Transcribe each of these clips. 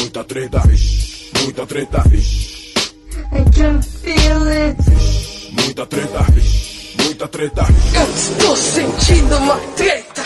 Muita treta, vixe, muita treta, vixe. I can feel it. Muita treta, vixe, muita treta, vixe. Eu estou sentindo uma treta.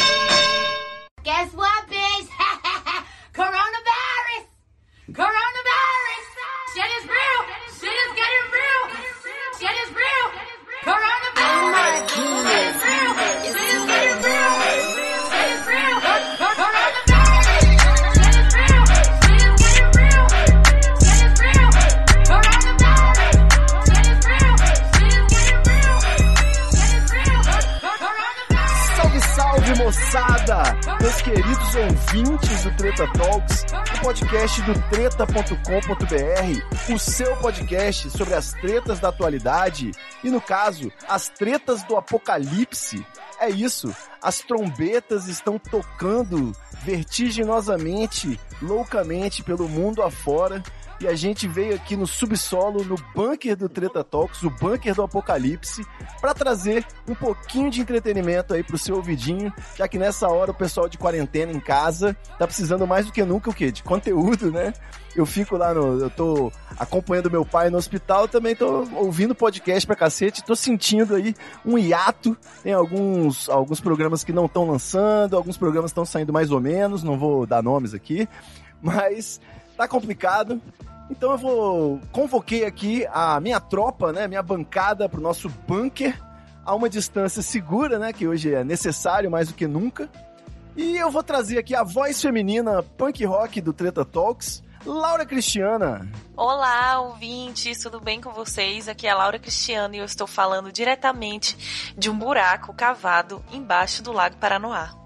Guess what, bitch? Coronavirus! Coronavirus! Shit is real! Shit is getting real! Shit is real! Coronavirus! Shit is real! Shit is getting real! Shit is real! Coronavirus! Shit is real! Shit is getting real! Shit is real! Coronavirus! Shit is real! Shit is getting real! Shit is real! Coronavirus! Salve, salve, moçada! Meus queridos ouvintes do Treta Talks, o podcast do treta.com.br, o seu podcast sobre as tretas da atualidade e, no caso, as tretas do apocalipse. É isso, as trombetas estão tocando vertiginosamente, loucamente pelo mundo afora. E a gente veio aqui no subsolo, no bunker do Treta Talks, o bunker do apocalipse, para trazer um pouquinho de entretenimento aí pro seu ouvidinho, já que nessa hora o pessoal de quarentena em casa tá precisando mais do que nunca o quê? De conteúdo, né? Eu fico lá eu tô acompanhando meu pai no hospital, também tô ouvindo podcast pra cacete, tô sentindo aí um hiato, tem alguns programas que não estão lançando, alguns programas estão saindo mais ou menos, não vou dar nomes aqui, mas tá complicado. Então eu convoquei aqui a minha tropa, né, minha bancada pro nosso bunker, a uma distância segura, né, que hoje é necessário mais do que nunca. E eu vou trazer aqui a voz feminina punk rock do Treta Talks, Laura Cristiana. Olá, ouvintes, tudo bem com vocês? Aqui é a Laura Cristiana e eu estou falando diretamente de um buraco cavado embaixo do Lago Paranoá.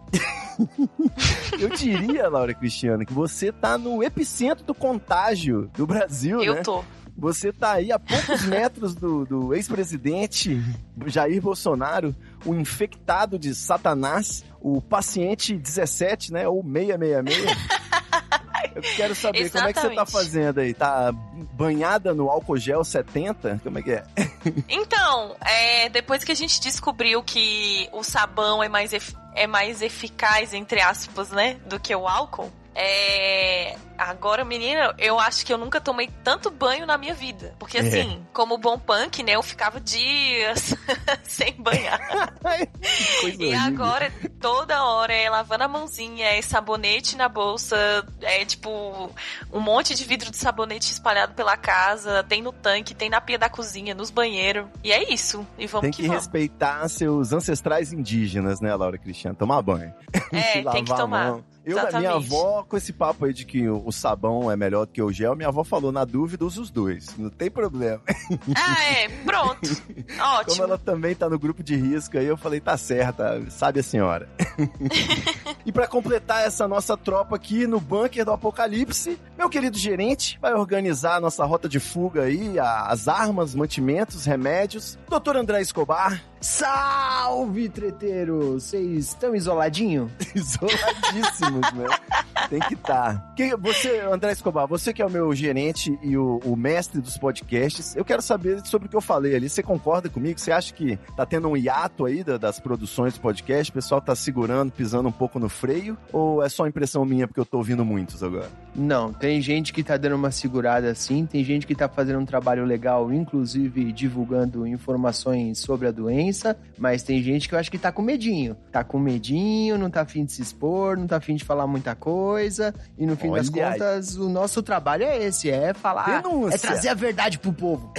Eu diria, Laura Cristiana, que você tá no epicentro do contágio do Brasil, né? Eu tô. Você tá aí a poucos metros do ex-presidente Jair Bolsonaro, o infectado de Satanás, o paciente 17, né? Ou 666. Eu quero saber Exatamente. Como é que você tá fazendo aí? Tá banhada no álcool gel 70? Como é que é? Então, depois que a gente descobriu que o sabão é mais eficaz, entre aspas, né, do que o álcool, agora, menina, eu acho que eu nunca tomei tanto banho na minha vida. Porque assim, como bom punk, né, eu ficava dias sem banhar. Coisa E horrível. agora, toda hora, lavando a mãozinha, sabonete na bolsa, tipo, um monte de vidro de sabonete espalhado pela casa, tem no tanque, tem na pia da cozinha, nos banheiros. E é isso. E vamos Tem que vamos. respeitar seus ancestrais indígenas, né, Laura Cristiana? Tomar banho. Tem que Lavar a tomar. mão. Minha Exatamente. avó, com esse papo aí de que o sabão é melhor do que o gel, minha avó falou, na dúvida, usa os dois. Não tem problema. Pronto. Ótimo. Como ela também tá no grupo de risco aí, eu falei, tá certa, sabe a senhora. E pra completar essa nossa tropa aqui no bunker do apocalipse, meu querido gerente vai organizar a nossa rota de fuga aí, as armas, mantimentos, remédios. Dr. André Escobar. Salve, treteiros! Vocês estão isoladinho? Isoladíssimos, né? Tem que estar. Você, André Escobar, você que é o meu gerente e o mestre dos podcasts, eu quero saber sobre o que eu falei ali. Você concorda comigo? Você acha que tá tendo um hiato aí das produções do podcast? O pessoal tá segurando, pisando um pouco no freio? Ou é só impressão minha porque eu tô ouvindo muitos agora? Não, tem gente que tá dando uma segurada assim, tem gente que tá fazendo um trabalho legal, inclusive divulgando informações sobre a doença, mas tem gente que eu acho que tá com medinho. Tá com medinho, não tá afim de se expor, não tá afim de falar muita coisa, e no fim das contas, o nosso trabalho é esse, é falar, Denúncia. é trazer a verdade pro povo.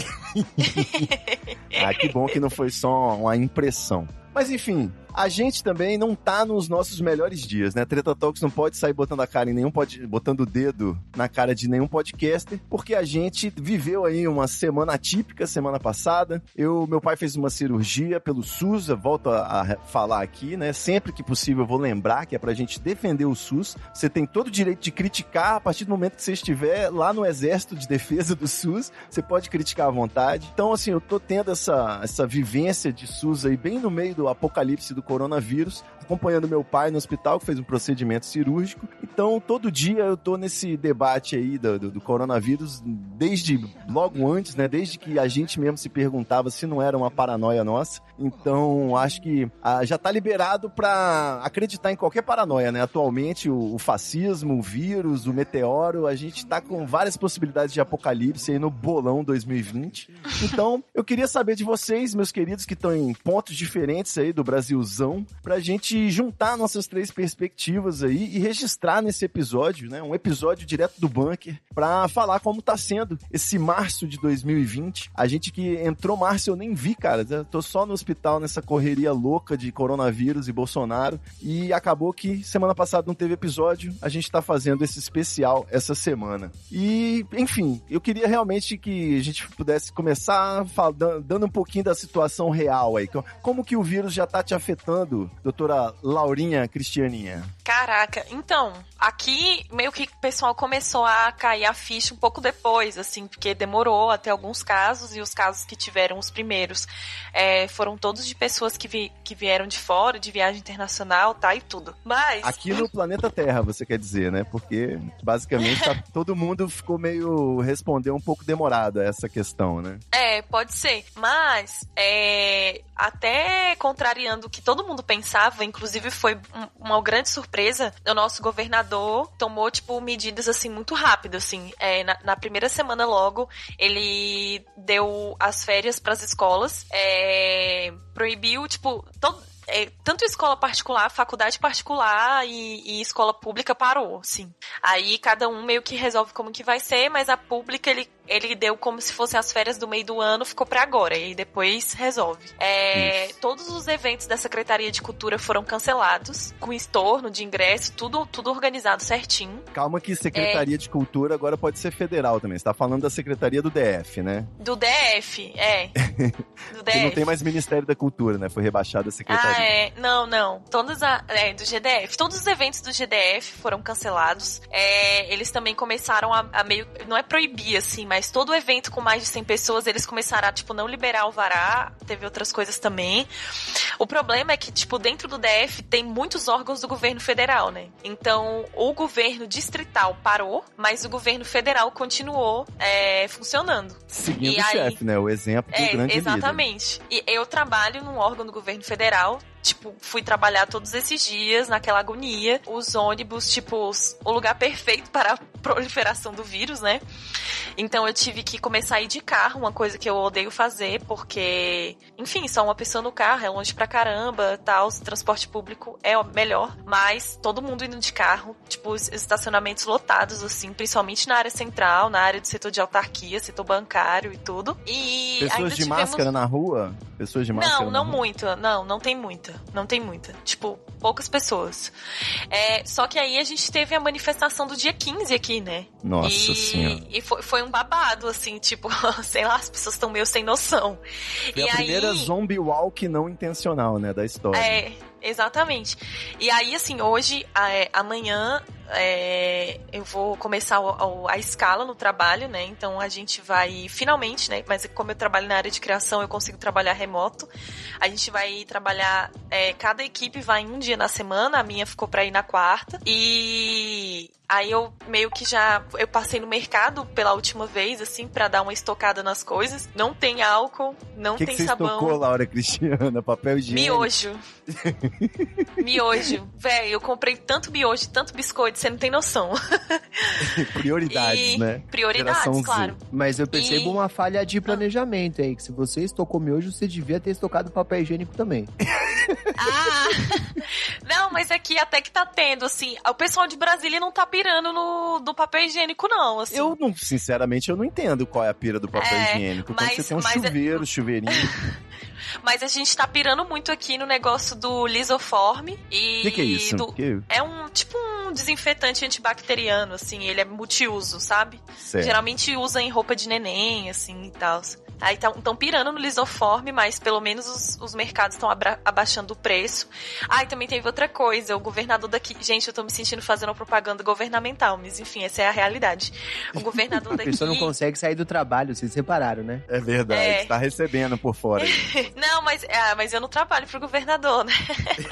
Ah, que bom que não foi só uma impressão. Mas enfim, a gente também não tá nos nossos melhores dias, né? Treta Talks não pode sair botando a cara em botando o dedo na cara de nenhum podcaster, porque a gente viveu aí uma semana atípica semana passada. Meu pai fez uma cirurgia pelo SUS, eu volto a falar aqui, né? Sempre que possível eu vou lembrar que é pra gente defender o SUS. Você tem todo o direito de criticar a partir do momento que você estiver lá no Exército de Defesa do SUS, você pode criticar à vontade. Então, assim, eu tô tendo essa vivência de SUS aí bem no meio do apocalipse do coronavírus, acompanhando meu pai no hospital, que fez um procedimento cirúrgico. Então, todo dia eu tô nesse debate aí do coronavírus, desde logo antes, né? Desde que a gente mesmo se perguntava se não era uma paranoia nossa. Então, acho que já tá liberado pra acreditar em qualquer paranoia, né? Atualmente, o fascismo, o vírus, o meteoro, a gente tá com várias possibilidades de apocalipse aí no bolão 2020. Então, eu queria saber de vocês, meus queridos, que estão em pontos diferentes aí do Brasilzão, pra gente juntar nossas 3 perspectivas aí e registrar nesse episódio, né? Um episódio direto do bunker pra falar como tá sendo esse março de 2020. A gente que entrou março eu nem vi, cara. Eu tô só no hospital nessa correria louca de coronavírus e Bolsonaro e acabou que semana passada não teve episódio. A gente tá fazendo esse especial essa semana. E, enfim, eu queria realmente que a gente pudesse começar dando um pouquinho da situação real aí. Como que o vírus já tá te afetando, doutora Laurinha Cristianinha? Caraca, então, aqui meio que o pessoal começou a cair a ficha um pouco depois, assim, porque demorou até alguns casos, e os casos que tiveram os primeiros foram todos de pessoas que vieram de fora, de viagem internacional, tá, e tudo. Mas... Aqui no planeta Terra, você quer dizer, né? Porque, basicamente, todo mundo ficou meio... respondeu um pouco demorado a essa questão, né? Pode ser. Mas, até contrariando o que todo mundo pensava, inclusive foi uma grande surpresa, o nosso governador tomou, tipo, medidas, assim, muito rápidas, assim. Na primeira semana logo, ele deu as férias pras escolas, proibiu, tipo, tanto escola particular, faculdade particular e escola pública parou, assim. Aí cada um meio que resolve como que vai ser, mas a pública ele deu como se fossem as férias do meio do ano, ficou pra agora, e depois resolve. Todos os eventos da Secretaria de Cultura foram cancelados, com estorno de ingresso, tudo organizado certinho. Calma que Secretaria de Cultura agora pode ser federal também, você tá falando da Secretaria do DF, né? Do DF, do DF. Que não tem mais Ministério da Cultura, né? Foi rebaixada a Secretaria. Não. Todos do GDF. Todos os eventos do GDF foram cancelados. Eles também começaram a meio... Não é proibir, assim, mas todo evento com mais de 100 pessoas, eles começaram a, tipo, não liberar alvará. Teve outras coisas também. O problema é que, tipo, dentro do DF tem muitos órgãos do governo federal, né? Então, o governo distrital parou, mas o governo federal continuou funcionando. Seguindo o chefe, né? O exemplo do grande líder. Exatamente. E eu trabalho num órgão do governo federal. Tipo, fui trabalhar todos esses dias naquela agonia. Os ônibus, tipo, o lugar perfeito para a proliferação do vírus, né? Então eu tive que começar a ir de carro, uma coisa que eu odeio fazer, porque, enfim, só uma pessoa no carro, é longe pra caramba, tal, o transporte público é o melhor, mas todo mundo indo de carro, tipo, os estacionamentos lotados, assim, principalmente na área central, na área do setor de autarquia, setor bancário e tudo. E pessoas de máscara na rua? Pessoas de máscara Não muita. Não tem muita. Tipo, poucas pessoas. Só que aí a gente teve a manifestação do dia 15 aqui, né? Nossa Senhora. E foi um babado, assim, tipo, sei lá, as pessoas estão meio sem noção. Foi a primeira zombie walk não intencional, né, da história. Exatamente. E aí, assim, hoje, amanhã, eu vou começar a escala no trabalho, né? Então a gente vai, finalmente, né? Mas como eu trabalho na área de criação, eu consigo trabalhar remoto. A gente vai trabalhar, cada equipe vai um dia na semana, a minha ficou pra ir na quarta. E aí eu meio que eu passei no mercado pela última vez, assim, pra dar uma estocada nas coisas. Não tem álcool, não tem sabão. O que você estocou, Laura Cristiana? Papel higiênico? Miojo. Véi, eu comprei tanto miojo, tanto biscoito, você não tem noção. Prioridades, né? Prioridades, Geração claro. Z. Mas eu percebo uma falha de planejamento aí, que se você estocou miojo, você devia ter estocado papel higiênico também. Não, mas aqui até que tá tendo, assim, o pessoal de Brasília não tá pirando no papel higiênico, não, assim. Sinceramente, eu não entendo qual é a pira do papel higiênico. Quando você tem um chuveirinho... Mas a gente tá pirando muito aqui no negócio do Lisoform. E que é isso? É um desinfetante antibacteriano, assim, ele é multiuso, sabe? Certo. Geralmente usa em roupa de neném, assim, e tal. Aí estão pirando no lisoforme, mas pelo menos os mercados estão abaixando o preço. Ah, e também teve outra coisa, o governador daqui... Gente, eu tô me sentindo fazendo uma propaganda governamental, mas enfim, essa é a realidade. O governador daqui... A pessoa não consegue sair do trabalho, vocês separaram, né? É verdade, tá recebendo por fora. Não, mas eu não trabalho pro governador, né?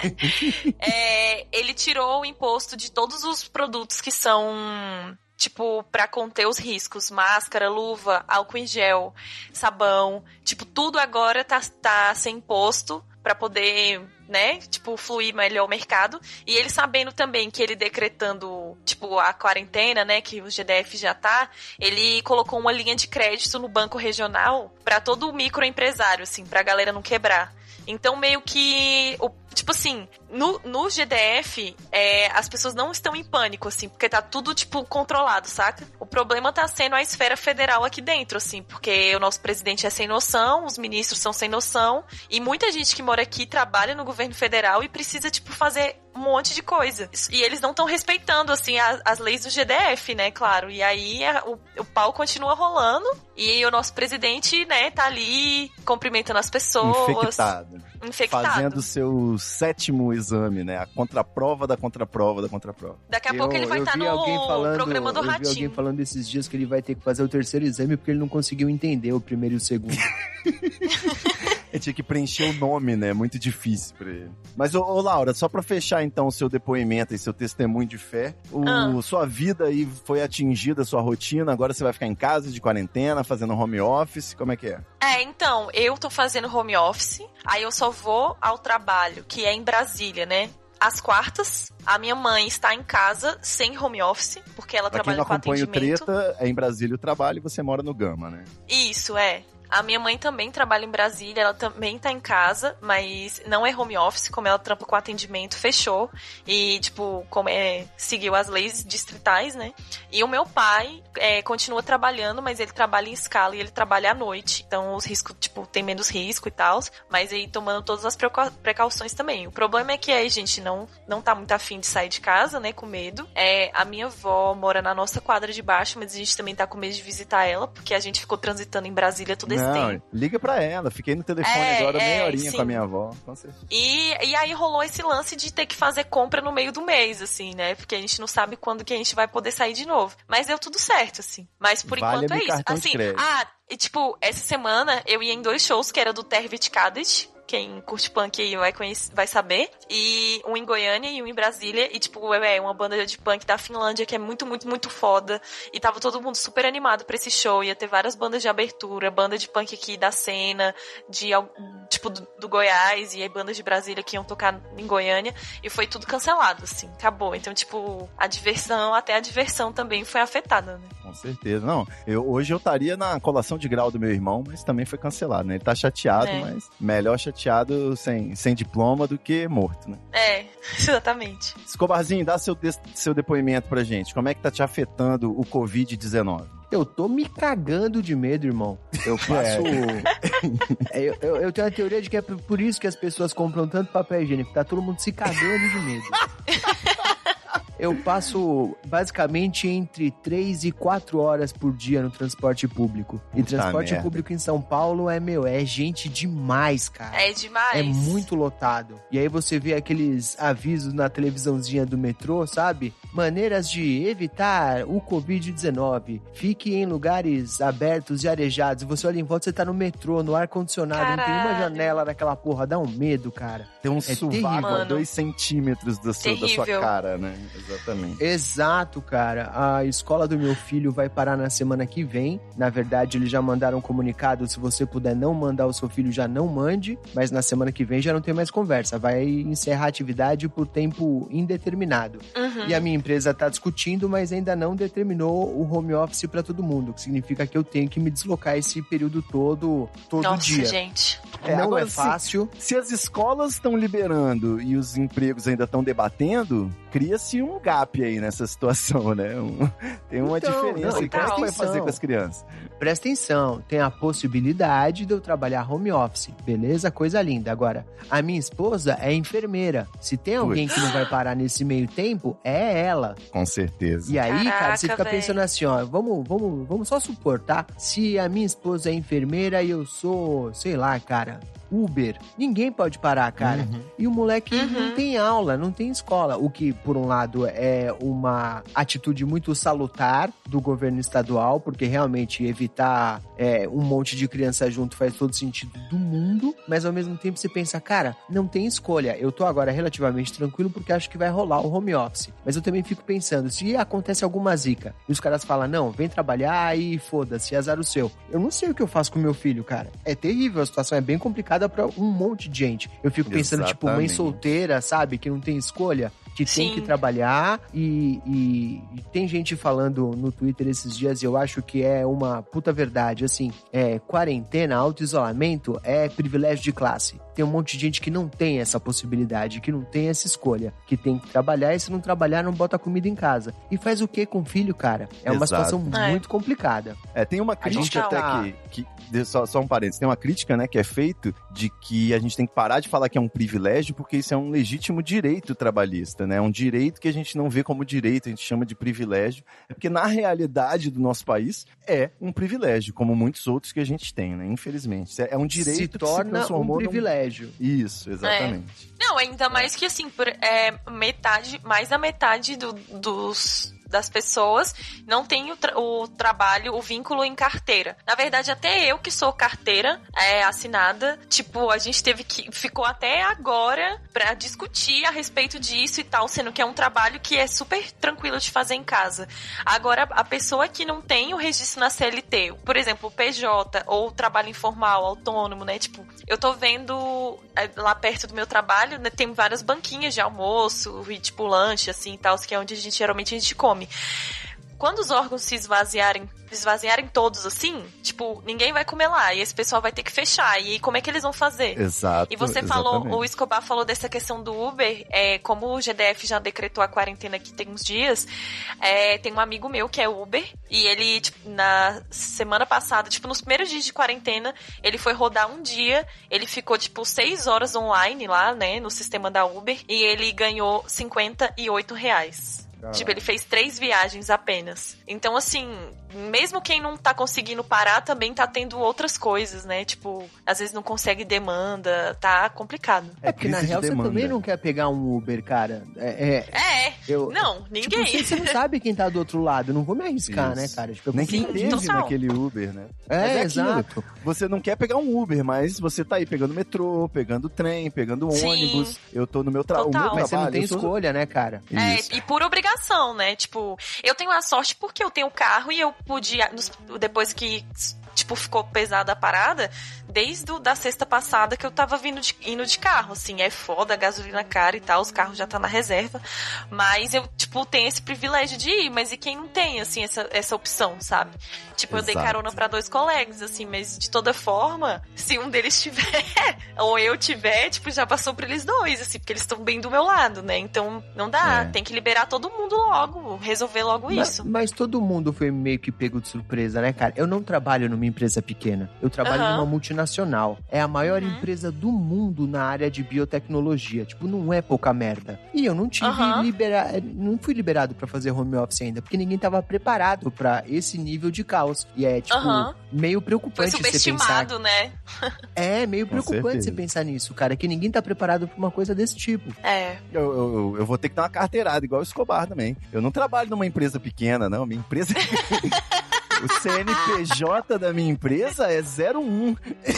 Ele tirou o imposto de todos os produtos que são... Tipo, pra conter os riscos, máscara, luva, álcool em gel, sabão, tipo, tudo agora tá sem imposto pra poder, né, tipo, fluir melhor o mercado. E ele sabendo também que ele decretando, tipo, a quarentena, né, que o GDF já tá, ele colocou uma linha de crédito no banco regional pra todo o microempresário, assim, pra galera não quebrar. Então, meio que, tipo assim, no GDF, as pessoas não estão em pânico, assim, porque tá tudo, tipo, controlado, saca? O problema tá sendo a esfera federal aqui dentro, assim, porque o nosso presidente é sem noção, os ministros são sem noção, e muita gente que mora aqui trabalha no governo federal e precisa, tipo, fazer um monte de coisa. E eles não estão respeitando, assim, as leis do GDF, né, claro. E aí o pau continua rolando e o nosso presidente, né, tá ali cumprimentando as pessoas. Infectado. Fazendo o seu 7º exame, né? A contraprova da contraprova da contraprova. Daqui a pouco ele vai estar no programa do Ratinho. Eu vi alguém falando esses dias que ele vai ter que fazer o 3º exame porque ele não conseguiu entender o 1º e o 2º. Ele tinha que preencher o nome, né? Muito difícil pra ele. Mas, ô Laura, só pra fechar então o seu depoimento e seu testemunho de fé, sua vida aí foi atingida, sua rotina, agora você vai ficar em casa de quarentena, fazendo home office, como é que é? Então, eu tô fazendo home office, aí eu só vou ao trabalho, que é em Brasília, né? Às quartas, a minha mãe está em casa sem home office, porque ela trabalha com atendimento. Quem não acompanha o Treta, é em Brasília o trabalho e você mora no Gama, né? Isso, é. A minha mãe também trabalha em Brasília, ela também tá em casa, mas não é home office, como ela trampa com atendimento, fechou. E, tipo, seguiu as leis distritais, né? E o meu pai continua trabalhando, mas ele trabalha em escala e ele trabalha à noite. Então, os riscos, tipo, tem menos risco e tal, mas aí tomando todas as precauções também. O problema é que aí a gente não tá muito afim de sair de casa, né, com medo. A minha avó mora na nossa quadra de baixo, mas a gente também tá com medo de visitar ela, porque a gente ficou transitando em Brasília tudo não, liga pra ela. Fiquei no telefone agora meia horinha com a minha avó. Com certeza. E aí rolou esse lance de ter que fazer compra no meio do mês, assim, né? Porque a gente não sabe quando que a gente vai poder sair de novo. Mas deu tudo certo, assim. Mas por enquanto é isso. Assim, e tipo, essa semana eu ia em 2 shows, que era do Tervit Cadet. Quem curte punk aí vai saber. E um em Goiânia e um em Brasília. E, tipo, uma banda de punk da Finlândia que é muito, muito, muito foda. E tava todo mundo super animado pra esse show. Ia ter várias bandas de abertura. Banda de punk aqui da cena, tipo, do Goiás. E aí bandas de Brasília que iam tocar em Goiânia. E foi tudo cancelado, assim. Acabou. Então, tipo, até a diversão também foi afetada, né? Com certeza. Não, hoje eu estaria na colação de grau do meu irmão, mas também foi cancelado, né? Ele tá chateado, mas melhor chateado sem diploma do que morto, né? Exatamente. Escobarzinho, dá seu depoimento pra gente. Como é que tá te afetando o Covid-19? Eu tô me cagando de medo, irmão. Eu faço... eu tenho a teoria de que é por isso que as pessoas compram tanto papel higiênico. Tá todo mundo se cagando de medo. Eu passo basicamente entre 3 e 4 horas por dia no transporte público. E transporte público em São Paulo é gente demais, cara. É demais. É muito lotado. E aí você vê aqueles avisos na televisãozinha do metrô, sabe? Maneiras de evitar o Covid-19. Fique em lugares abertos e arejados. Você olha em volta, você tá no metrô, no ar-condicionado. Não tem uma janela naquela porra. Dá um medo, cara. Tem um sovaco a 2 centímetros da sua cara, né? Exatamente. Exato, cara. A escola do meu filho vai parar na semana que vem. Na verdade, eles já mandaram um comunicado. Se você puder não mandar o seu filho, já não mande. Mas na semana que vem já não tem mais conversa. Vai encerrar a atividade por tempo indeterminado. E a minha empresa tá discutindo, mas ainda não determinou o home office pra todo mundo. O que significa que eu tenho que me deslocar esse período todo dia. Nossa, gente. Não agora, é fácil. Se as escolas estão liberando e os empregos ainda estão debatendo, cria-se um um gap aí nessa situação, né? Tem uma diferença. Não, O que você vai fazer com as crianças? Presta atenção, tem a possibilidade de eu trabalhar home office, beleza? Coisa linda. Agora, a minha esposa é enfermeira. Se tem alguém que não vai parar nesse meio tempo, é ela. Com certeza. E aí, Caraca, cara, você fica véi. pensando assim, ó, vamos só supor, tá? Se a minha esposa é enfermeira e eu sou, sei lá, cara, Uber, ninguém pode parar, cara. E o moleque não tem aula, não tem escola. O que, por um lado, é uma atitude muito salutar do governo estadual, porque realmente evitar um monte de criança junto faz todo sentido do mundo, mas ao mesmo tempo você pensa, cara, não tem escolha. Eu tô agora relativamente tranquilo porque acho que vai rolar o home office. Mas eu também fico pensando, se acontece alguma zica e os caras falam, não, vem trabalhar e foda-se, azar o seu. Eu não sei o que eu faço com meu filho, cara. É terrível, a situação é bem complicada pra um monte de gente. Eu fico pensando, tipo, mãe solteira, sabe? Que não tem escolha, que tem que trabalhar e tem gente falando no Twitter esses dias, e eu acho que é uma puta verdade, assim, quarentena, auto-isolamento é privilégio de classe. Tem um monte de gente que não tem essa possibilidade, que não tem essa escolha, que tem que trabalhar e se não trabalhar não bota comida em casa. E faz o que com o filho, cara? É uma situação muito complicada. Tem uma crítica até que só um parênteses, tem uma crítica, né, que é feito de que a gente tem que parar de falar que é um privilégio, porque isso é um legítimo direito trabalhista, né? É um direito que a gente não vê como direito, a gente chama de privilégio. É porque na realidade do nosso país é um privilégio, como muitos outros que a gente tem, né? Infelizmente. É um direito se que torna se transformou um privilégio. Isso, exatamente. Não, ainda mais que assim, mais da metade das pessoas não tem o trabalho, o vínculo em carteira. Na verdade, até eu que sou carteira assinada, tipo, a gente ficou até agora pra discutir a respeito disso e tal, sendo que é um trabalho que é super tranquilo de fazer em casa. Agora, a pessoa que não tem o registro na CLT, por exemplo, o PJ ou o trabalho informal, autônomo, né, tipo, eu tô vendo lá perto do meu trabalho, né, tem várias banquinhas de almoço e tipo lanche, assim, e tal, que é onde geralmente a gente come. Quando os órgãos se esvaziarem todos assim, tipo, ninguém vai comer lá e esse pessoal vai ter que fechar. E aí, como é que eles vão fazer? Exato. E você o Escobar falou dessa questão do Uber, como o GDF já decretou a quarentena aqui tem uns dias, tem um amigo meu que é Uber e ele, tipo, na semana passada, tipo, nos primeiros dias de quarentena, ele foi rodar um dia, ele ficou, tipo, 6 horas online lá, né, no sistema da Uber e ele ganhou R$58. Tipo, ele fez 3 viagens apenas. Então, assim, mesmo quem não tá conseguindo parar, também tá tendo outras coisas, né? Tipo, às vezes não consegue demanda, tá complicado. Porque na real você também não quer pegar um Uber, cara. Não, ninguém. Tipo, você não sabe quem tá do outro lado, eu não vou me arriscar, né, cara? Tipo, nem quem teve naquele Uber, né? Exato. Você não quer pegar um Uber, mas você tá aí pegando metrô, pegando trem, pegando ônibus. Eu tô no meu trabalho. Mas você não tem escolha, né, cara? E por obrigação, né? Tipo, eu tenho a sorte porque eu tenho carro e eu podia, depois que, tipo, ficou pesada a parada, desde da sexta passada que eu tava indo de carro, assim, é foda, a gasolina cara e tal, os carros já tá na reserva, mas eu, tipo, tenho esse privilégio de ir, mas e quem não tem, assim, essa opção, sabe? Tipo, eu dei carona pra 2 colegas, assim, mas de toda forma, se um deles tiver, ou eu tiver, tipo, já passou pra eles 2, assim, porque eles estão bem do meu lado, né? Então, não dá, tem que liberar todo mundo logo, resolver logo isso. Mas todo mundo foi meio que pego de surpresa, né, cara? Eu não trabalho numa empresa pequena, eu trabalho numa multinacional. É a maior empresa do mundo na área de biotecnologia. Tipo, não é pouca merda. E eu não tive não fui liberado pra fazer home office ainda, porque ninguém tava preparado pra esse nível de caos. E é, tipo, meio preocupante você pensar... Foi subestimado, né? É, meio preocupante você pensar nisso, cara, que ninguém tá preparado pra uma coisa desse tipo. Eu vou ter que dar uma carteirada, igual o Escobar também. Eu não trabalho numa empresa pequena, não. Minha empresa... O CNPJ da minha empresa é 01.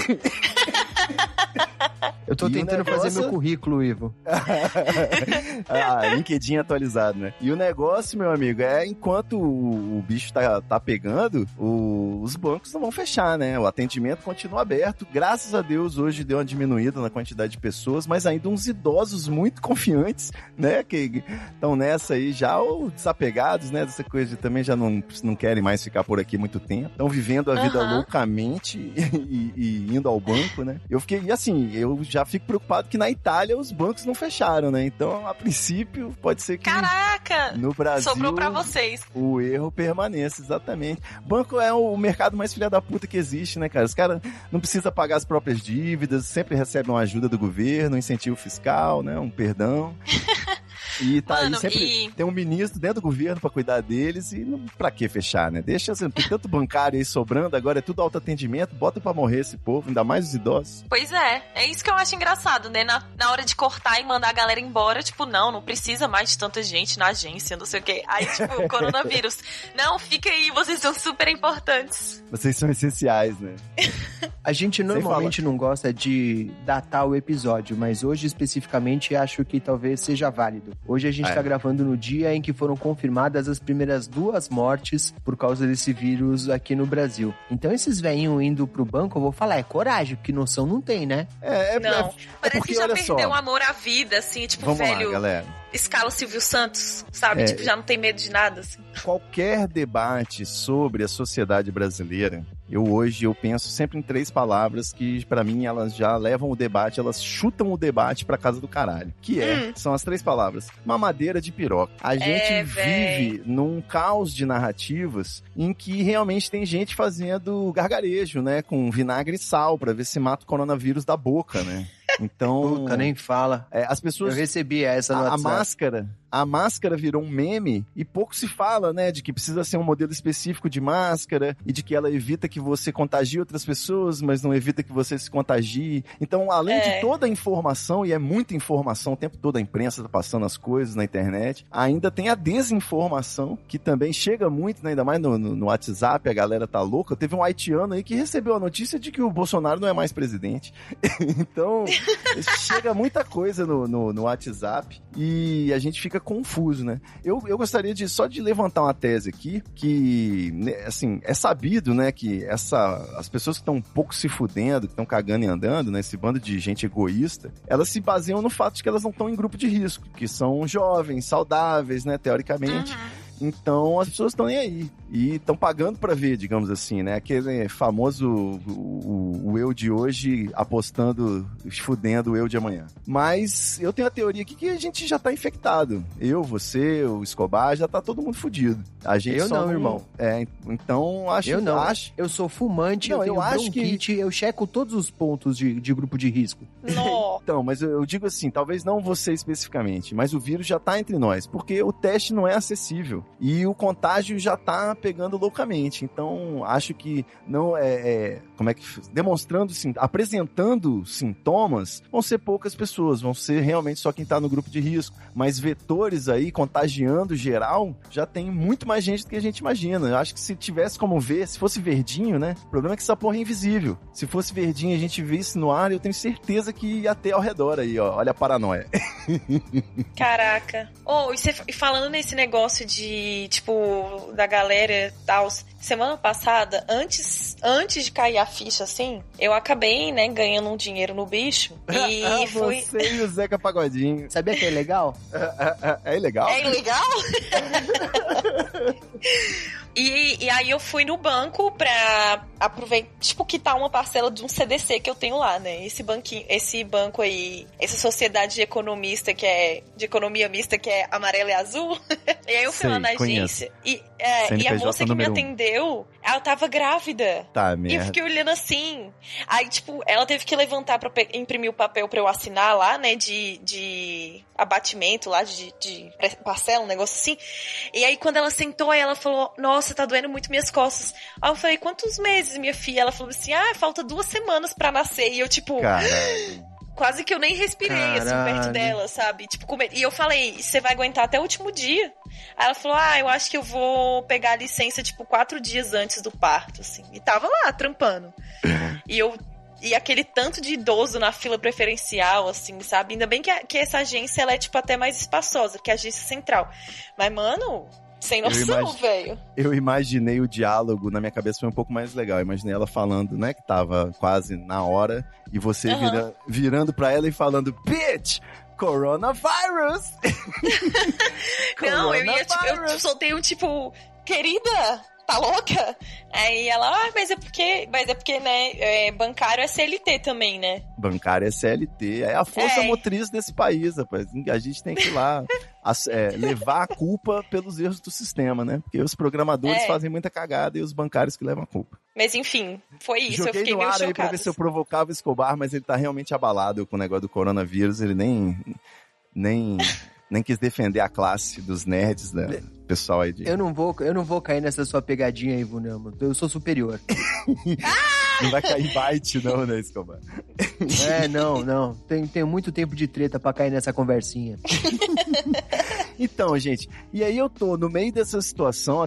Eu tô tentando fazer meu currículo, Ivo. LinkedIn atualizado, né? E o negócio, meu amigo, enquanto o bicho tá pegando, os bancos não vão fechar, né? O atendimento continua aberto. Graças a Deus, hoje deu uma diminuída na quantidade de pessoas, mas ainda uns idosos muito confiantes, né? Que estão nessa aí já, ou desapegados, né? Dessa coisa de também já não querem mais ficar por aqui muito tempo. Estão vivendo a vida loucamente e indo ao banco, né? Eu fiquei, e assim, assim, eu já fico preocupado que na Itália os bancos não fecharam, né? Então, a princípio, pode ser que Caraca! no Brasil Sobrou pra vocês. o erro permaneça, exatamente. Banco é o mercado mais filha da puta que existe, né, cara? Os caras não precisam pagar as próprias dívidas, sempre recebem uma ajuda do governo, um incentivo fiscal, né? Um perdão. E tá Mano, aí sempre tem um ministro dentro do governo pra cuidar deles e não, pra que fechar, né? Deixa, assim, tem tanto bancário aí sobrando, agora é tudo autoatendimento, bota pra morrer esse povo, ainda mais os idosos. Pois é isso que eu acho engraçado, né? Na hora de cortar e mandar a galera embora, tipo, não precisa mais de tanta gente na agência, não sei o quê. Aí, tipo, coronavírus. Não, fica aí, vocês são super importantes. Vocês são essenciais, né? A gente normalmente não gosta de datar o episódio, mas hoje especificamente acho que talvez seja válido. Hoje a gente tá gravando no dia em que foram confirmadas as primeiras 2 mortes por causa desse vírus aqui no Brasil. Então esses velhinhos indo pro banco, eu vou falar, é coragem, porque noção não tem, né? Não, parece porque, que já olha perdeu só, o amor à vida, assim, tipo, vamos velho... lá, galera. Escala Silvio Santos, sabe? Tipo, já não tem medo de nada, assim. Qualquer debate sobre a sociedade brasileira, eu penso sempre em 3 palavras que, pra mim, elas já levam o debate, elas chutam o debate pra casa do caralho. Que são as 3 palavras. Mamadeira de piroca. A gente vive num caos de narrativas em que realmente tem gente fazendo gargarejo, né? Com vinagre e sal pra ver se mata o coronavírus da boca, né? Então... Puta, nem fala. As pessoas... Eu recebi essa no WhatsApp. A máscara virou um meme e pouco se fala, né, de que precisa ser um modelo específico de máscara e de que ela evita que você contagie outras pessoas, mas não evita que você se contagie. Então, além de toda a informação, e é muita informação, o tempo todo a imprensa tá passando as coisas na internet, ainda tem a desinformação, que também chega muito, né, ainda mais no WhatsApp, a galera tá louca. Teve um haitiano aí que recebeu a notícia de que o Bolsonaro não é mais presidente. Então, chega muita coisa no WhatsApp e a gente fica confuso, né? Eu gostaria só de levantar uma tese aqui, que, assim, é sabido, né, que as pessoas que estão um pouco se fudendo, que estão cagando e andando, né, esse bando de gente egoísta, elas se baseiam no fato de que elas não estão em grupo de risco, que são jovens, saudáveis, né, teoricamente. Então, as pessoas estão nem aí. E estão pagando pra ver, digamos assim, né? Aquele famoso o eu de hoje apostando, fudendo o eu de amanhã. Mas eu tenho a teoria aqui que a gente já tá infectado. Eu, você, o Escobar, já tá todo mundo fudido. A gente eu não, irmão. Então, acho... Eu não. Eu sou fumante, eu tenho bronquite, eu checo todos os pontos de grupo de risco. Não. Então, mas eu digo assim, talvez não você especificamente, mas o vírus já tá entre nós, porque o teste não é acessível. E o contágio já tá pegando loucamente. Então, acho que não demonstrando, apresentando sintomas, vão ser poucas pessoas, vão ser realmente só quem tá no grupo de risco. Mas vetores aí, contagiando geral, já tem muito mais gente do que a gente imagina. Eu acho que se tivesse como ver, se fosse verdinho, né? O problema é que essa porra é invisível. Se fosse verdinho e a gente visse no ar, eu tenho certeza que ia ter ao redor aí, ó. Olha a paranoia. Caraca. E falando nesse negócio de, tipo, da galera e tal, semana passada, antes de cair a ficha, assim, eu acabei, né, ganhando um dinheiro no bicho e fui... Você e o Zeca Pagodinho. Sabia que é legal? É ilegal? É ilegal? E aí eu fui no banco pra aproveitar, tipo, quitar uma parcela de um CDC que eu tenho lá, né? Esse banco aí, essa sociedade economista que é, de economia mista, que é amarelo e azul. E aí eu fui lá na agência e a moça que me atendeu, ela tava grávida. Tá, merda. E eu fiquei olhando assim. Aí, tipo, ela teve que levantar pra imprimir o papel pra eu assinar lá, né? De abatimento lá, de parcela, um negócio assim. E aí, quando ela sentou, aí ela falou, nossa, tá doendo muito minhas costas. Aí eu falei, quantos meses, minha filha? Ela falou assim, falta 2 semanas pra nascer. E eu, tipo... Caralho. Quase que eu nem respirei, assim, perto dela, sabe? Tipo, e eu falei, você vai aguentar até o último dia? Aí ela falou, eu acho que eu vou pegar a licença, tipo, 4 dias antes do parto, assim. E tava lá, trampando. E aquele tanto de idoso na fila preferencial, assim, sabe? Ainda bem que essa agência, ela é, tipo, até mais espaçosa que a agência central. Mas, mano... Sem noção, velho. Eu imaginei o diálogo, na minha cabeça foi um pouco mais legal. Eu imaginei ela falando, né, que tava quase na hora, e você virando pra ela e falando, bitch! Coronavirus! Não, eu soltei um tipo, querida, tá louca? Aí ela, mas é porque, né, bancário é CLT também, né? Bancário é CLT, é a força motriz desse país, rapaz. A gente tem que ir lá levar a culpa pelos erros do sistema, né? Porque os programadores fazem muita cagada e os bancários que levam a culpa. Mas enfim, foi isso. Joguei eu fiquei no meio ar chocada. aí pra ver se eu provocava o Escobar, mas ele tá realmente abalado com o negócio do coronavírus. Ele nem quis defender a classe dos nerds, né? Pessoal aí de... Eu não vou cair nessa sua pegadinha aí, Vunamo. Eu sou superior. Não vai cair bite não, né, Escobar? Não. Tenho muito tempo de treta pra cair nessa conversinha. Então, gente, e aí eu tô no meio dessa situação,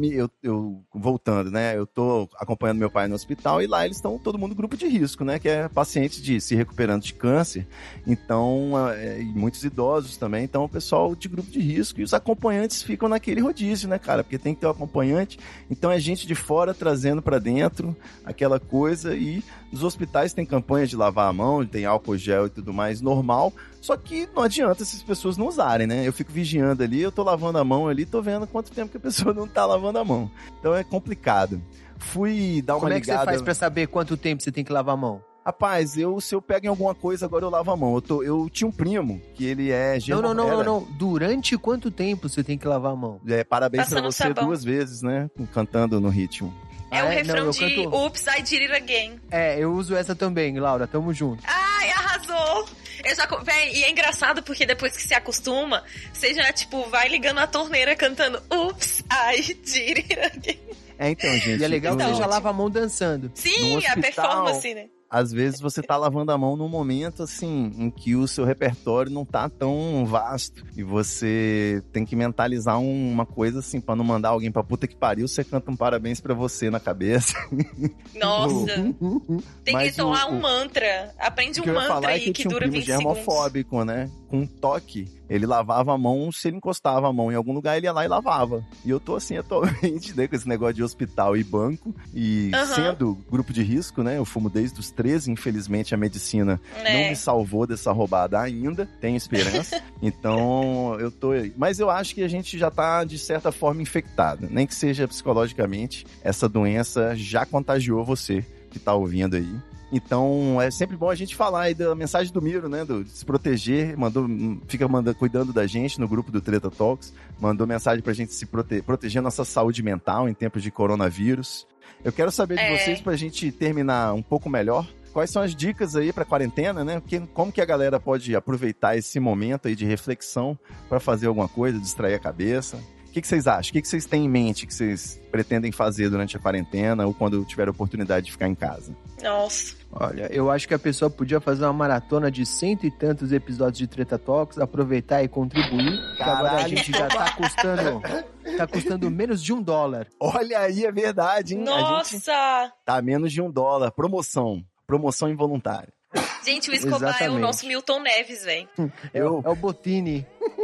eu voltando, né, eu tô acompanhando meu pai no hospital e lá eles estão todo mundo grupo de risco, né, que é paciente se recuperando de câncer, então, e muitos idosos também, então o pessoal de grupo de risco e os acompanhantes ficam naquele rodízio, né, cara, porque tem que ter um acompanhante, então é gente de fora trazendo pra dentro aquela coisa e os hospitais têm campanhas de lavar a mão, tem álcool gel e tudo mais normal, só que não adianta essas pessoas não usarem, né? Eu fico vigiando ali, eu tô lavando a mão ali, tô vendo quanto tempo que a pessoa não tá lavando a mão. Então é complicado. Fui dar uma ligada... Como é que você faz pra saber quanto tempo você tem que lavar a mão? Rapaz, se eu pego em alguma coisa, agora eu lavo a mão. Eu tinha um primo, que ele é... Não. Durante quanto tempo você tem que lavar a mão? Parabéns Passando pra você sabão. 2 vezes, né? Cantando no ritmo. É o refrão eu de canto... Oops, I Did It Again. Eu uso essa também, Laura, tamo junto. Ai, arrasou! Véi, e é engraçado porque depois que se acostuma, você já, vai ligando a torneira cantando Oops, I Did It Again. Então, gente... E é legal que então, você já lava a mão dançando. Sim, hospital, a performance, né? Às vezes você tá lavando a mão num momento, assim, em que o seu repertório não tá tão vasto. E você tem que mentalizar uma coisa, assim, pra não mandar alguém pra puta que pariu, você canta um parabéns pra você na cabeça. Nossa! Tem que entoar um mantra. Aprende um mantra aí que dura 20 segundos. Germofóbico, né? Com um toque. Ele lavava a mão, se ele encostava a mão em algum lugar, ele ia lá e lavava. E eu tô assim atualmente, né, com esse negócio de hospital e banco. E sendo grupo de risco, né? Eu fumo desde os 13, infelizmente a medicina não me salvou dessa roubada ainda. Tenho esperança. Então, eu tô... Mas eu acho que a gente já tá, de certa forma, infectado. Nem que seja psicologicamente, essa doença já contagiou você que tá ouvindo aí. Então, é sempre bom a gente falar aí da mensagem do Miro, né? De se proteger, cuidando da gente no grupo do Treta Talks, mandou mensagem pra gente se proteger nossa saúde mental em tempos de coronavírus. Eu quero saber de vocês, pra gente terminar um pouco melhor, quais são as dicas aí pra quarentena, né? Como que a galera pode aproveitar esse momento aí de reflexão pra fazer alguma coisa, distrair a cabeça? O que vocês acham? O que vocês têm em mente que vocês pretendem fazer durante a quarentena ou quando tiver a oportunidade de ficar em casa? Nossa. Olha, eu acho que a pessoa podia fazer uma maratona de 100 e tantos episódios de Treta Talks, aproveitar e contribuir, que agora a gente já tá custando menos de $1. Olha aí, é verdade, hein? Nossa! Tá menos de $1. Promoção involuntária. Gente, o Escobar Exatamente. é o nosso Milton Neves, velho. É o Bottini.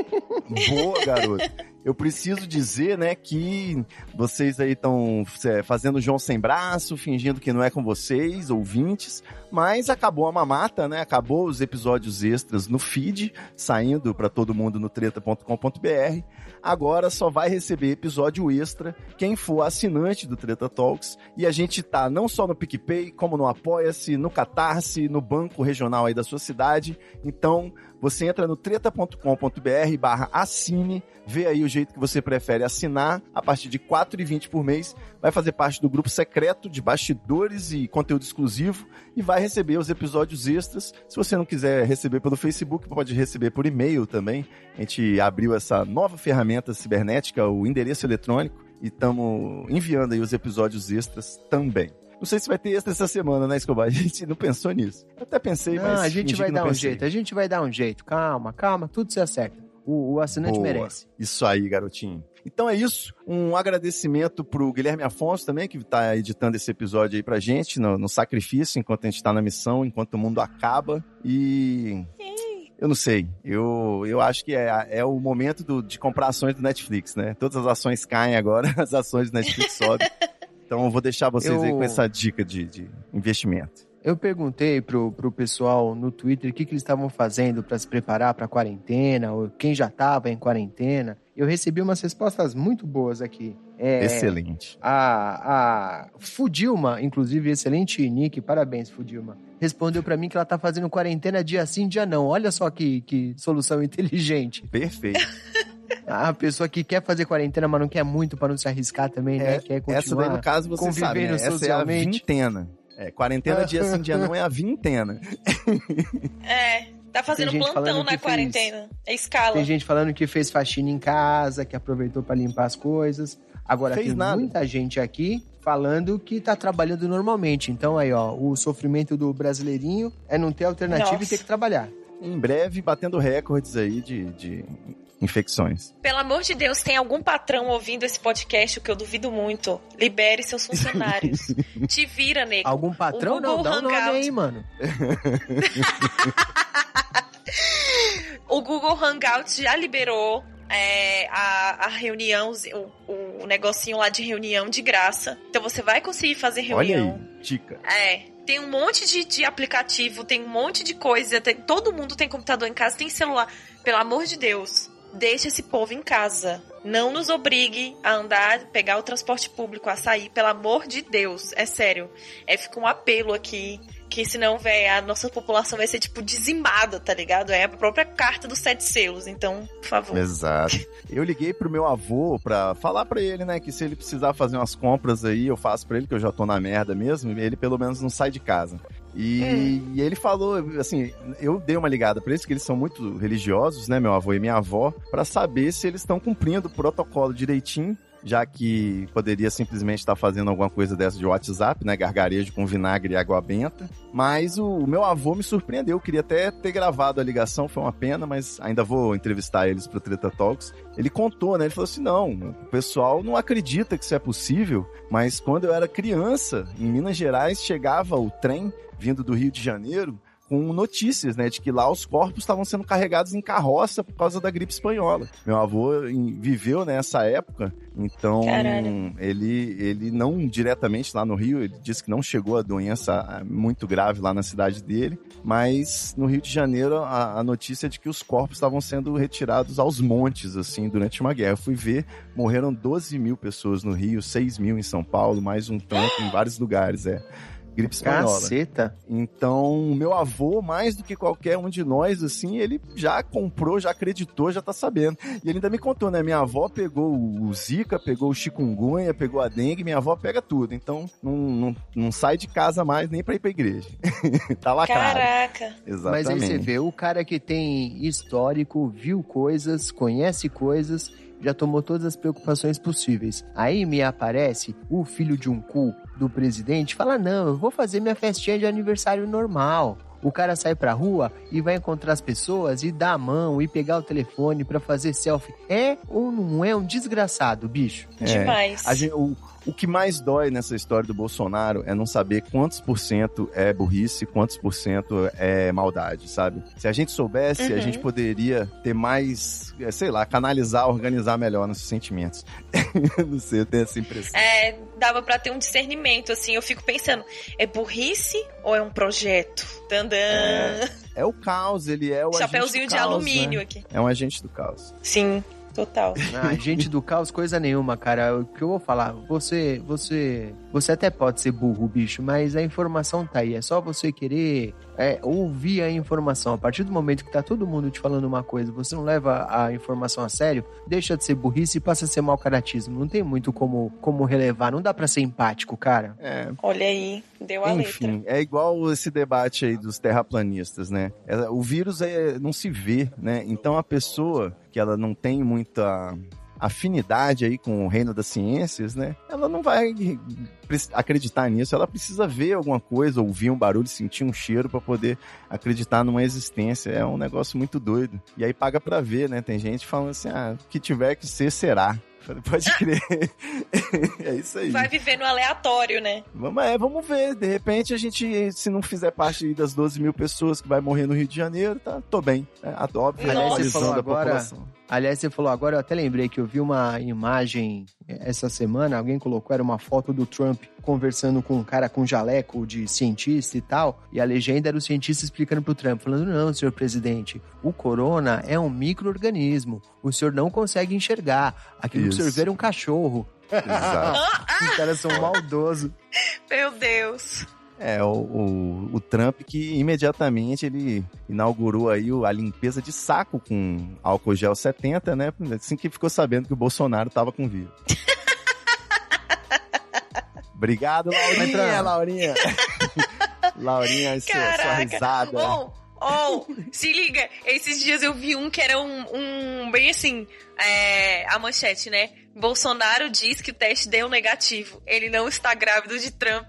Boa, garoto. Eu preciso dizer, né, que vocês aí estão fazendo João sem braço, fingindo que não é com vocês, ouvintes, mas acabou a mamata, né? Acabou os episódios extras no feed, saindo para todo mundo no treta.com.br. Agora só vai receber episódio extra quem for assinante do Treta Talks. E a gente tá não só no PicPay, como no Apoia-se, no Catarse, no banco regional aí da sua cidade. Então, você entra no treta.com.br/assine, vê aí o jeito que você prefere assinar, a partir de R$ 4,20 por mês, vai fazer parte do grupo secreto de bastidores e conteúdo exclusivo e vai receber os episódios extras. Se você não quiser receber pelo Facebook, pode receber por e-mail também. A gente abriu essa nova ferramenta cibernética, o endereço eletrônico, e estamos enviando aí os episódios extras também. Não sei se vai ter extra essa semana, né, Escobar? A gente não pensou nisso. Eu até pensei, mas... a gente vai dar um jeito. Calma, tudo se acerta. O assinante merece. Isso aí, garotinho. Então é isso. Um agradecimento pro Guilherme Afonso também, que tá editando esse episódio aí pra gente, no sacrifício, enquanto a gente tá na missão, enquanto o mundo acaba. E... eu não sei. Eu acho que é o momento de comprar ações do Netflix, né? Todas as ações caem agora, as ações do Netflix sobem. Então eu vou deixar vocês aí com essa dica de investimento. Eu perguntei pro pessoal no Twitter o que eles estavam fazendo para se preparar para a quarentena, ou quem já estava em quarentena. Eu recebi umas respostas muito boas aqui. Excelente. A Fudilma, inclusive, excelente nick, parabéns, Fudilma, respondeu pra mim que ela tá fazendo quarentena dia sim, dia não. Olha só que solução inteligente. Perfeito. A pessoa que quer fazer quarentena, mas não quer muito pra não se arriscar também, né? Quer continuar essa daí, no caso, você sabe, né? Essa socialmente. é a vintena. Quarentena dia sim, dia não é a vintena. Tá fazendo plantão na quarentena. É escala. Tem gente falando que fez faxina em casa, que aproveitou pra limpar as coisas. Agora, tem muita gente aqui falando que tá trabalhando normalmente. Então, aí, ó, o sofrimento do brasileirinho é não ter alternativa e ter que trabalhar. Em breve, batendo recordes aí de infecções. Pelo amor de Deus, tem algum patrão ouvindo esse podcast, o que eu duvido muito. Libere seus funcionários. Te vira, nego. Algum patrão? Não, dá um nome aí, mano. O Google Hangouts já liberou a reunião, o negocinho lá de reunião de graça. Então você vai conseguir fazer reunião. Olha aí, dica. Tem um monte de aplicativo, tem um monte de coisa. Todo mundo tem computador em casa, tem celular. Pelo amor de Deus, deixa esse povo em casa. Não nos obrigue a andar, pegar o transporte público, a sair. Pelo amor de Deus, é sério. Fica um apelo aqui. Que senão, a nossa população vai ser, dizimada, tá ligado? É a própria carta dos 7 selos, então, por favor. Exato. Eu liguei pro meu avô pra falar pra ele, né, que se ele precisar fazer umas compras aí, eu faço pra ele, que eu já tô na merda mesmo, e ele pelo menos não sai de casa. E ele falou, assim, eu dei uma ligada pra eles, que eles são muito religiosos, né, meu avô e minha avó, pra saber se eles estão cumprindo o protocolo direitinho, já que poderia simplesmente estar fazendo alguma coisa dessa de WhatsApp, né, gargarejo com vinagre e água benta. Mas o meu avô me surpreendeu, eu queria até ter gravado a ligação, foi uma pena, mas ainda vou entrevistar eles pro Treta Talks. Ele contou, né, ele falou assim, não, o pessoal não acredita que isso é possível, mas quando eu era criança, em Minas Gerais, chegava o trem vindo do Rio de Janeiro, com notícias, né, de que lá os corpos estavam sendo carregados em carroça por causa da gripe espanhola. Meu avô viveu nessa época, então ele não diretamente lá no Rio, ele disse que não chegou a doença muito grave lá na cidade dele, mas no Rio de Janeiro a notícia é de que os corpos estavam sendo retirados aos montes, assim, durante uma guerra. Eu fui ver, morreram 12 mil pessoas no Rio, 6 mil em São Paulo, mais um tanto em vários lugares, gripe espanhola. Caceta. Então, meu avô, mais do que qualquer um de nós, assim, ele já comprou, já acreditou, já tá sabendo. E ele ainda me contou, né? Minha avó pegou o Zika, pegou o chikungunya, pegou a dengue, minha avó pega tudo. Então, não sai de casa mais nem pra ir pra igreja. Tá lacrado. Caraca. Exatamente. Mas aí você vê, o cara que tem histórico, viu coisas, conhece coisas, já tomou todas as preocupações possíveis. Aí me aparece o filho de um cu do presidente e fala, não, eu vou fazer minha festinha de aniversário normal. O cara sai pra rua e vai encontrar as pessoas e dar a mão e pegar o telefone pra fazer selfie. É ou não é um desgraçado, bicho? Demais. O que mais dói nessa história do Bolsonaro é não saber quantos % é burrice, quantos % é maldade, sabe? Se a gente soubesse, a gente poderia ter mais, sei lá, canalizar, organizar melhor nossos sentimentos. Não sei, eu tenho essa impressão. Dava pra ter um discernimento, assim, eu fico pensando, é burrice ou é um projeto? Tandã! É o caos, ele é o Chapeuzinho agente do de caos, alumínio né? aqui. É um agente do caos. Sim. Total. Gente do caos, coisa nenhuma, cara. O que eu vou falar? Você até pode ser burro, bicho, mas a informação tá aí. É só você querer ouvir a informação. A partir do momento que tá todo mundo te falando uma coisa, você não leva a informação a sério, deixa de ser burrice e passa a ser mau caratismo. Não tem muito como relevar. Não dá pra ser empático, cara. Olha aí, deu a letra. Enfim, é igual esse debate aí dos terraplanistas, né? O vírus não se vê, né? Então a pessoa que ela não tem muita afinidade aí com o reino das ciências, né? Ela não vai acreditar nisso, ela precisa ver alguma coisa, ouvir um barulho, sentir um cheiro pra poder acreditar numa existência. É um negócio muito doido. E aí paga pra ver, né? Tem gente falando assim, o que tiver que ser, será. Pode crer. É isso aí. Vai viver no aleatório, né? Vamos ver. De repente, a gente, se não fizer parte das 12 mil pessoas que vai morrer no Rio de Janeiro, tô bem. Óbvio, Aliás, a visão da população. Aliás, você falou agora, eu até lembrei que eu vi uma imagem essa semana, alguém colocou, era uma foto do Trump conversando com um cara com jaleco de cientista e tal, e a legenda era o cientista explicando pro Trump, falando, não, senhor presidente, o corona é um micro-organismo, o senhor não consegue enxergar, aquilo que o senhor vê é um cachorro. Exato. Os caras são maldosos. Meu Deus. O Trump que imediatamente ele inaugurou aí a limpeza de saco com álcool gel 70, né? Assim que ficou sabendo que o Bolsonaro tava com vírus. Obrigado, Laurinha. Laurinha, sua risada. Se liga, esses dias eu vi um que era um bem assim, a manchete, né? Bolsonaro diz que o teste deu negativo. Ele não está grávido de Trump.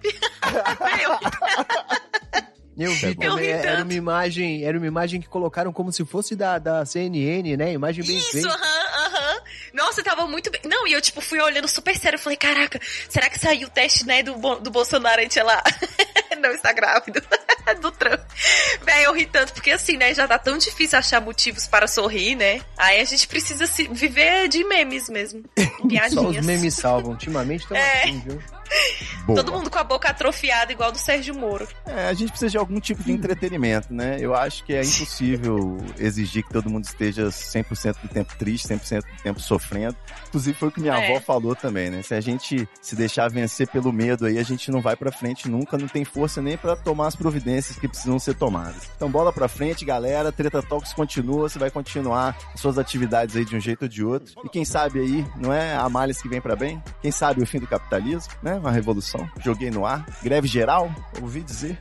Eu vi também, era uma imagem que colocaram como se fosse da CNN, né? Imagem bem feita. Isso, aham. Nossa, tava muito bem. Não, e eu, tipo, fui olhando super sério. Eu falei, caraca, será que saiu o teste, né, do Bolsonaro? A gente lá não está grávido. Do Trump. Véi, eu ri tanto, porque assim, né, já tá tão difícil achar motivos para sorrir, né? Aí a gente precisa viver de memes mesmo. Piadinhas. Só os memes salvam. Ultimamente estão assim, viu? Boa. Todo mundo com a boca atrofiada, igual do Sérgio Moro. A gente precisa de algum tipo de entretenimento, né? Eu acho que é impossível exigir que todo mundo esteja 100% do tempo triste, 100% do tempo sofrendo. Inclusive foi o que minha avó falou também, né? Se a gente se deixar vencer pelo medo aí, a gente não vai pra frente nunca, não tem força nem pra tomar as providências que precisam ser tomadas. Então bola pra frente, galera. Treta Talks continua, você vai continuar as suas atividades aí de um jeito ou de outro. E quem sabe aí, não é a males que vem pra bem? Quem sabe o fim do capitalismo, né? Uma revolução. Joguei no ar. Greve geral, ouvi dizer.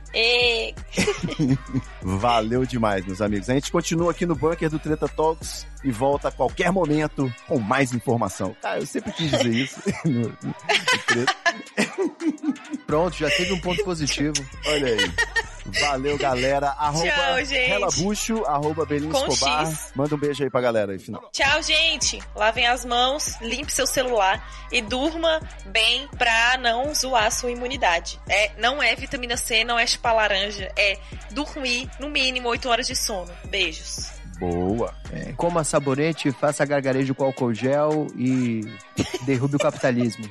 Valeu demais, meus amigos. A gente continua aqui no bunker do Treta Talks e volta a qualquer momento com mais informação. Cara, eu sempre quis dizer isso. no Treta. Pronto, já teve um ponto positivo. Olha aí. Valeu, galera. Tchau, gente. Relabucho, Belinho Escobar. X. Manda um beijo aí pra galera aí, final. Tchau, gente. Lavem as mãos, limpe seu celular e durma bem pra não zoar sua imunidade. Não é vitamina C, não é chupar laranja, é dormir no mínimo 8 horas de sono. Beijos. Boa. Coma sabonete, faça gargarejo com álcool gel e derrube o capitalismo.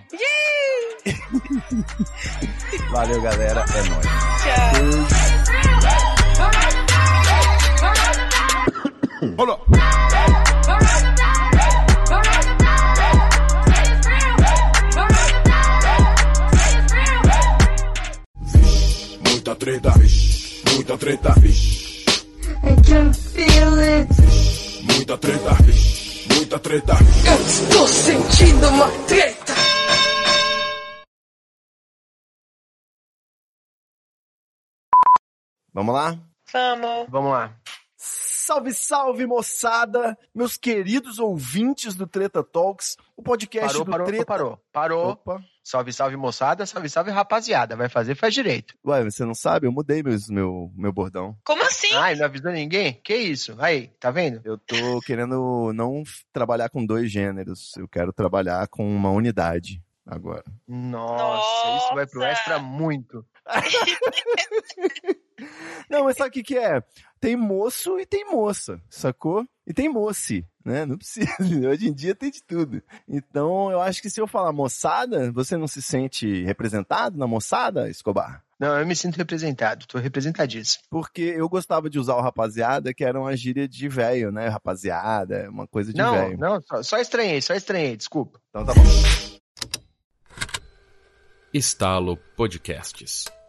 Valeu, galera. É nóis. Tchau. Hold up. Muita treta, muita treta, I can feel it. muita treta, muita treta. Eu estou sentindo uma treta. Vamos lá? Vamos lá. Salve, salve, moçada! Meus queridos ouvintes do Treta Talks, o podcast do Treta... Parou. Opa. Salve, salve, moçada. Salve, salve, rapaziada. Vai fazer, faz direito. Ué, você não sabe? Eu mudei meu bordão. Como assim? Ai, não avisou ninguém? Que isso? Aí, tá vendo? Eu tô querendo não trabalhar com 2 gêneros. Eu quero trabalhar com uma unidade agora. Nossa, isso vai pro extra muito. Não, mas sabe o que é? Tem moço e tem moça, sacou? E tem moce, né? Não precisa. Hoje em dia tem de tudo. Então, eu acho que se eu falar moçada, você não se sente representado na moçada, Escobar? Não, eu me sinto representado. Tô representadíssimo. Porque eu gostava de usar o rapaziada, que era uma gíria de velho, né? Rapaziada, uma coisa de velho. Não, só estranhei, desculpa. Então tá bom. Estalo Podcasts.